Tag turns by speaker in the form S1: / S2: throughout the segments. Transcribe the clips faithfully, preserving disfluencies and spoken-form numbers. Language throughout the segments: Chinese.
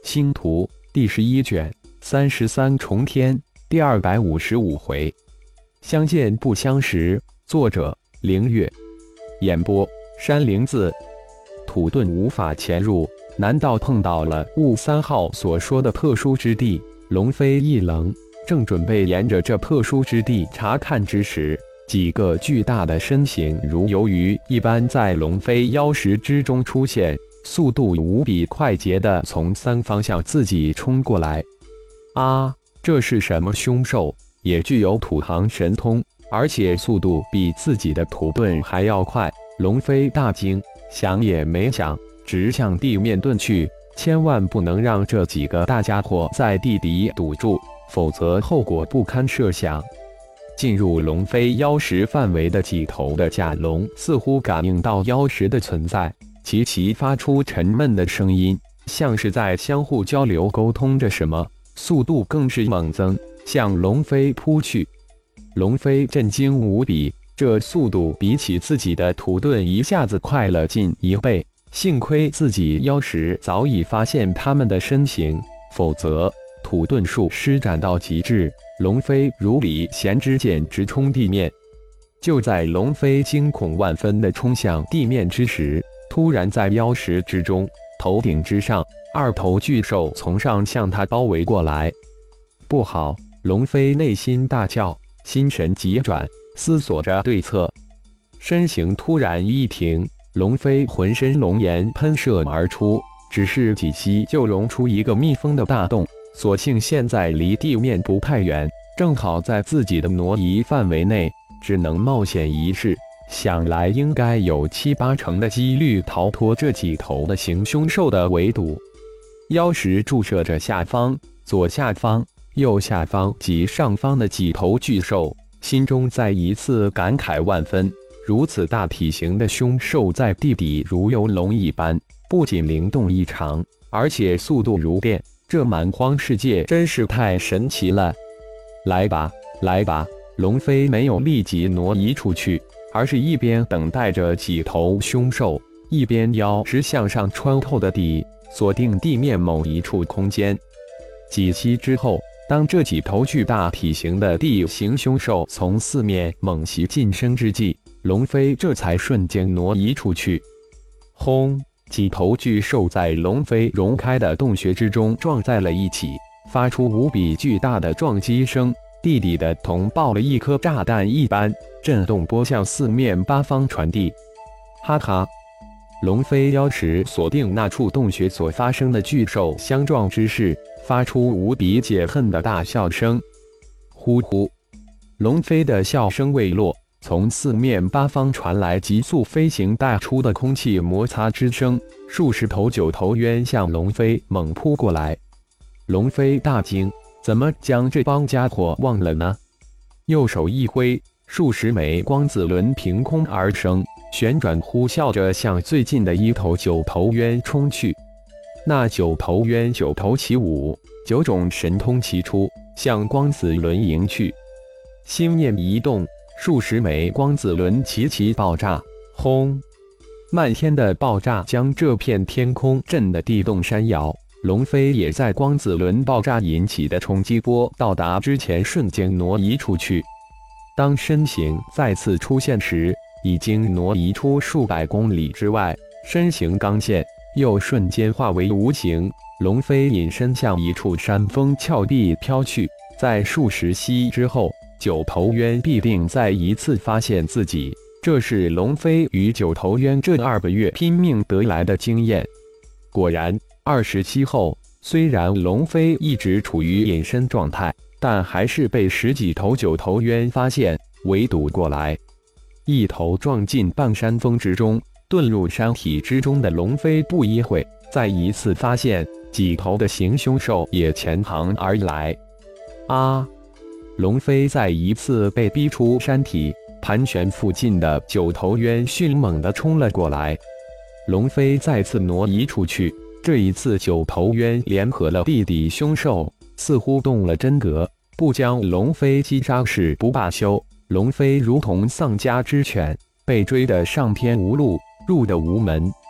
S1: 星图第十一卷三十三重天第二百五十五回，相见不相识。作者：凌月。演播：山灵子。土遁无法潜入，难道碰到了雾三号所说的特殊之地？龙飞一愣，正准备沿着这特殊之地查看之时，几个巨大的身形如游鱼一般在龙飞妖石之中出现，速度无比快捷地从三方向自己冲过来。啊，这是什么凶兽？也具有土行神通，而且速度比自己的土遁还要快。龙飞大惊，想也没想，直向地面遁去，千万不能让这几个大家伙在地底堵住，否则后果不堪设想。进入龙飞妖石范围的几头的甲龙似乎感应到妖石的存在，齐齐发出沉闷的声音，像是在相互交流沟通着什么，速度更是猛增，向龙飞扑去。龙飞震惊无比，这速度比起自己的土遁一下子快了近一倍，幸亏自己妖石早已发现他们的身形，否则土遁术施展到极致，龙飞如履弦之箭直冲地面。就在龙飞惊恐万分地冲向地面之时，突然在妖石之中，头顶之上，二头巨兽从上向他包围过来。不好！龙飞内心大叫，心神急转，思索着对策。身形突然一停，龙飞浑身龙炎喷射而出，只是几息就融出一个密封的大洞。所幸现在离地面不太远，正好在自己的挪移范围内，只能冒险一试。想来应该有七八成的几率逃脱这几头的行凶兽的围堵。妖石注射着下方、左下方、右下方及上方的几头巨兽，心中再一次感慨万分。如此大体型的凶兽在地底如游龙一般，不仅灵动异常，而且速度如电。这蛮荒世界真是太神奇了！来吧，来吧！龙飞没有立即挪移出去，而是一边等待着几头凶兽，一边妖石向上穿透的地，锁定地面某一处空间。几息之后，当这几头巨大体型的地形凶兽从四面猛袭近身之际，龙飞这才瞬间挪移出去。轰！几头巨兽在龙飞融开的洞穴之中撞在了一起，发出无比巨大的撞击声，地底的同爆了一颗炸弹一般，震动波向四面八方传递。哈哈！龙飞妖石锁定那处洞穴所发生的巨兽相撞之势，发出无比解恨的大笑声。呼呼！龙飞的笑声未落，从四面八方传来急速飞行带出的空气摩擦之声，数十头九头渊向龙飞猛扑过来。龙飞大惊，怎么将这帮家伙忘了呢？右手一挥，数十枚光子轮凭空而生，旋转呼啸着向最近的一头九头渊冲去。那九头渊九头起舞，九种神通齐出，向光子轮迎去。心念一动，数十枚光子轮齐齐爆炸，轰！漫天的爆炸将这片天空震得地动山摇。龙飞也在光子轮爆炸引起的冲击波到达之前瞬间挪移出去。当身形再次出现时，已经挪移出数百公里之外，身形刚现，又瞬间化为无形。龙飞隐身向一处山峰峭壁飘去，在数十息之后，九头渊必定再一次发现自己，这是龙飞与九头渊这二个月拼命得来的经验。果然，二十息后，虽然龙飞一直处于隐身状态，但还是被十几头九头渊发现，围堵过来。一头撞进半山峰之中，遁入山体之中的龙飞不一会，再一次发现几头的行凶兽也潜航而来。啊！龙飞再一次被逼出山体，盘旋附近的九头渊迅猛地冲了过来。龙飞再次挪移出去，这一次九头渊联合了地底凶兽，似乎动了真格，不将龙飞击杀是不罢休。龙飞如同丧家之犬，被追得上天无路，入的无门。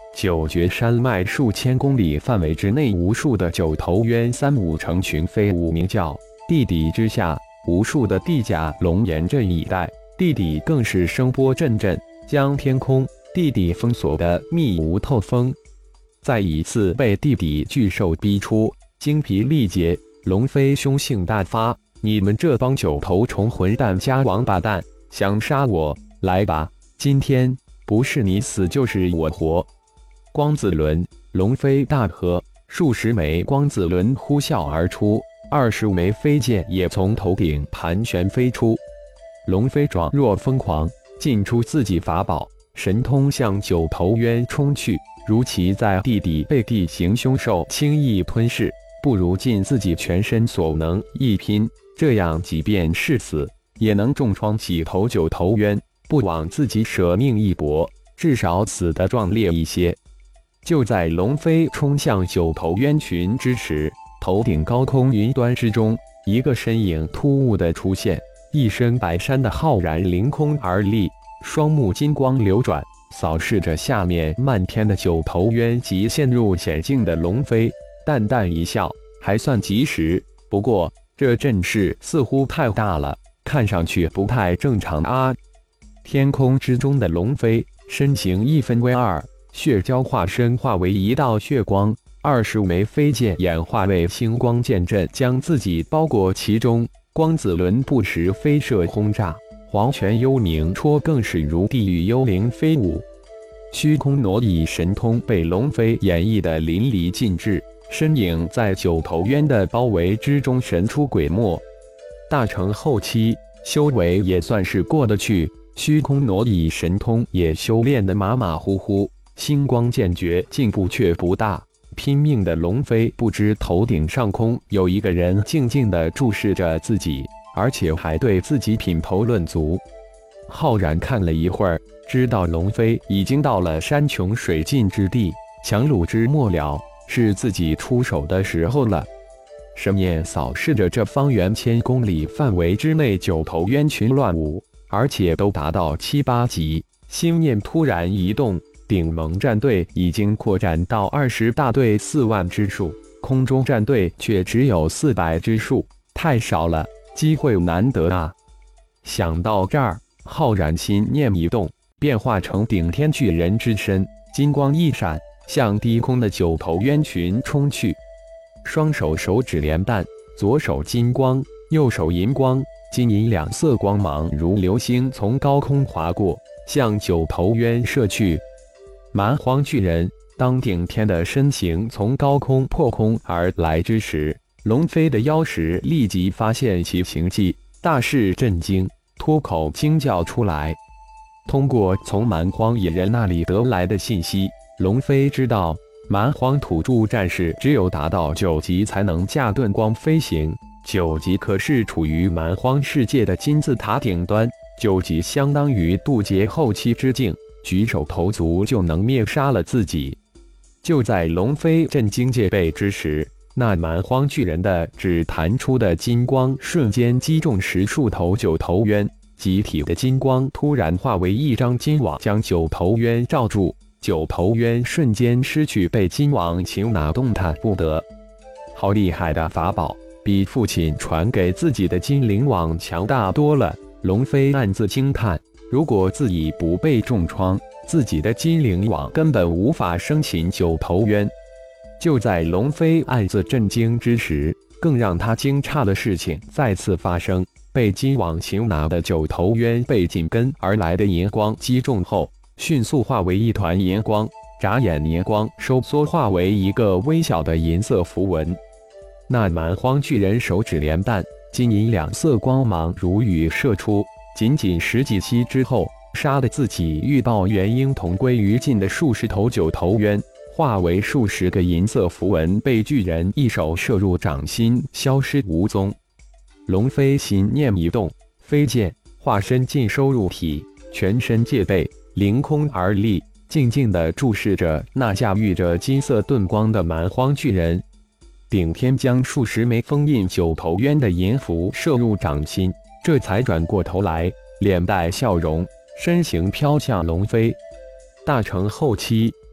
S1: 九绝山脉数千公里范围之内，无数的九头鸢三五成群飞舞鸣叫，地底之下，无数的地甲龙严阵以待，地底更是声波阵阵，将天空、地底封锁的密无透风。再一次被地底巨兽逼出，精疲力竭，龙飞凶性大发：“你们这帮九头虫混蛋加王八蛋，想杀我？来吧！今天不是你死就是我活！”光子轮，龙飞大喝，数十枚光子轮呼啸而出，二十枚飞剑也从头顶盘旋飞出。龙飞状若疯狂，进出自己法宝神通，向九头鸢冲去。如其在地底被地形凶兽轻易吞噬，不如尽自己全身所能一拼，这样即便是死，也能重创几头九头鸢，不枉自己舍命一搏，至少死得壮烈一些。就在龙飞冲向九头鸢群之时，头顶高空云端之中，一个身影突兀地出现，一身白衫的浩然凌空而立，双目金光流转，扫视着下面漫天的九头鸢及陷入险境的龙飞，淡淡一笑，还算及时。不过这阵势似乎太大了，看上去不太正常啊！天空之中的龙飞身形一分为二，血蛟化身化为一道血光，二十枚飞剑演化为星光剑阵，将自己包裹其中。光子轮不时飞射轰炸，黄泉幽冥戳更是如地狱幽灵飞舞。虚空挪移神通被龙飞演绎得淋漓尽致，身影在九头鸢的包围之中神出鬼没。大成后期，修为也算是过得去，虚空挪移神通也修炼得马马虎虎，星光剑诀进步却不大。拼命的龙飞不知头顶上空有一个人静静地注视着自己，而且还对自己品头论足。浩然看了一会儿，知道龙飞已经到了山穷水尽之地，强弩之末了，是自己出手的时候了。神念扫视着这方圆千公里范围之内九头鸢群乱舞，而且都达到七八级，心念突然一动，顶盟战队已经扩展到二十大队四万之数，空中战队却只有四百之数，太少了，机会难得啊！想到这儿，浩然心念一动，变化成顶天巨人之身，金光一闪，向低空的九头鸢群冲去。双手手指连弹，左手金光，右手银光，金银两色光芒如流星从高空划过，向九头鸢射去。蛮荒巨人当顶天的身形从高空破空而来之时，龙飞的妖识立即发现其行迹，大是震惊，脱口惊叫出来。通过从蛮荒野人那里得来的信息，龙飞知道蛮荒土著战士只有达到九级才能驾遁光飞行，九级可是处于蛮荒世界的金字塔顶端，九级相当于渡劫后期之境，举手投足就能灭杀了自己。就在龙飞震惊戒备之时，那蛮荒巨人的只弹出的金光瞬间击中十数头九头鸢，集体的金光突然化为一张金网，将九头鸢罩住。九头鸢瞬间失去被金网擒拿，动弹不得。好厉害的法宝，比父亲传给自己的金灵网强大多了。龙飞暗自惊叹，如果自己不被重创，自己的金灵网根本无法生擒九头鸢。就在龙飞暗自震惊之时，更让他惊诧的事情再次发生。被金网擒拿的九头鸢被紧跟而来的银光击中后，迅速化为一团银光，眨眼银光收缩化为一个微小的银色符文。那蛮荒巨人手指连弹，金银两色光芒如雨射出，仅仅十几息之后，杀得自己欲报元婴同归于尽的数十头九头鸢，化为数十个银色符文，被巨人一手射入掌心，消失无踪。龙飞心念一动，飞剑化身尽收入体，全身戒备，凌空而立，静静地注视着那驾驭着金色盾光的蛮荒巨人。顶天将数十枚封印九头鸢的银符射入掌心，这才转过头来，脸带笑容，身形飘向龙飞。大成后期，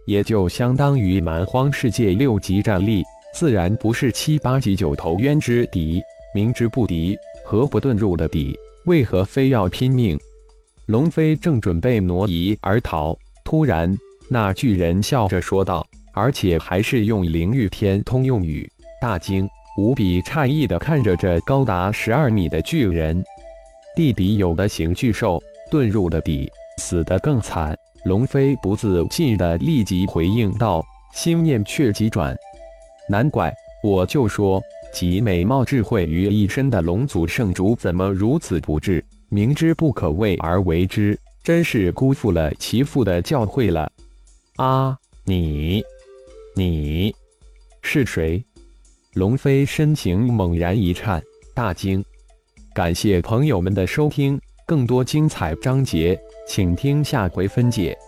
S1: 也就相当于蛮荒世界六级战力，自然不是七八级九头渊之敌。明知不敌，何不遁入的底？为何非要拼命？龙飞正准备挪移而逃，突然那巨人笑着说道，而且还是用灵域天通用语。大惊，无比诧异地看着这高达十二米的巨人。地底有的形巨兽遁入了底，死得更惨。龙飞不自禁地立即回应道，心念却急转。难怪，我就说，集美貌智慧于一身的龙族圣主怎么如此不智，明知不可为而为之，真是辜负了其父的教诲了。啊，你，你是谁？龙飞身形猛然一颤，大惊。感谢朋友们的收听，更多精彩章节，请听下回分解。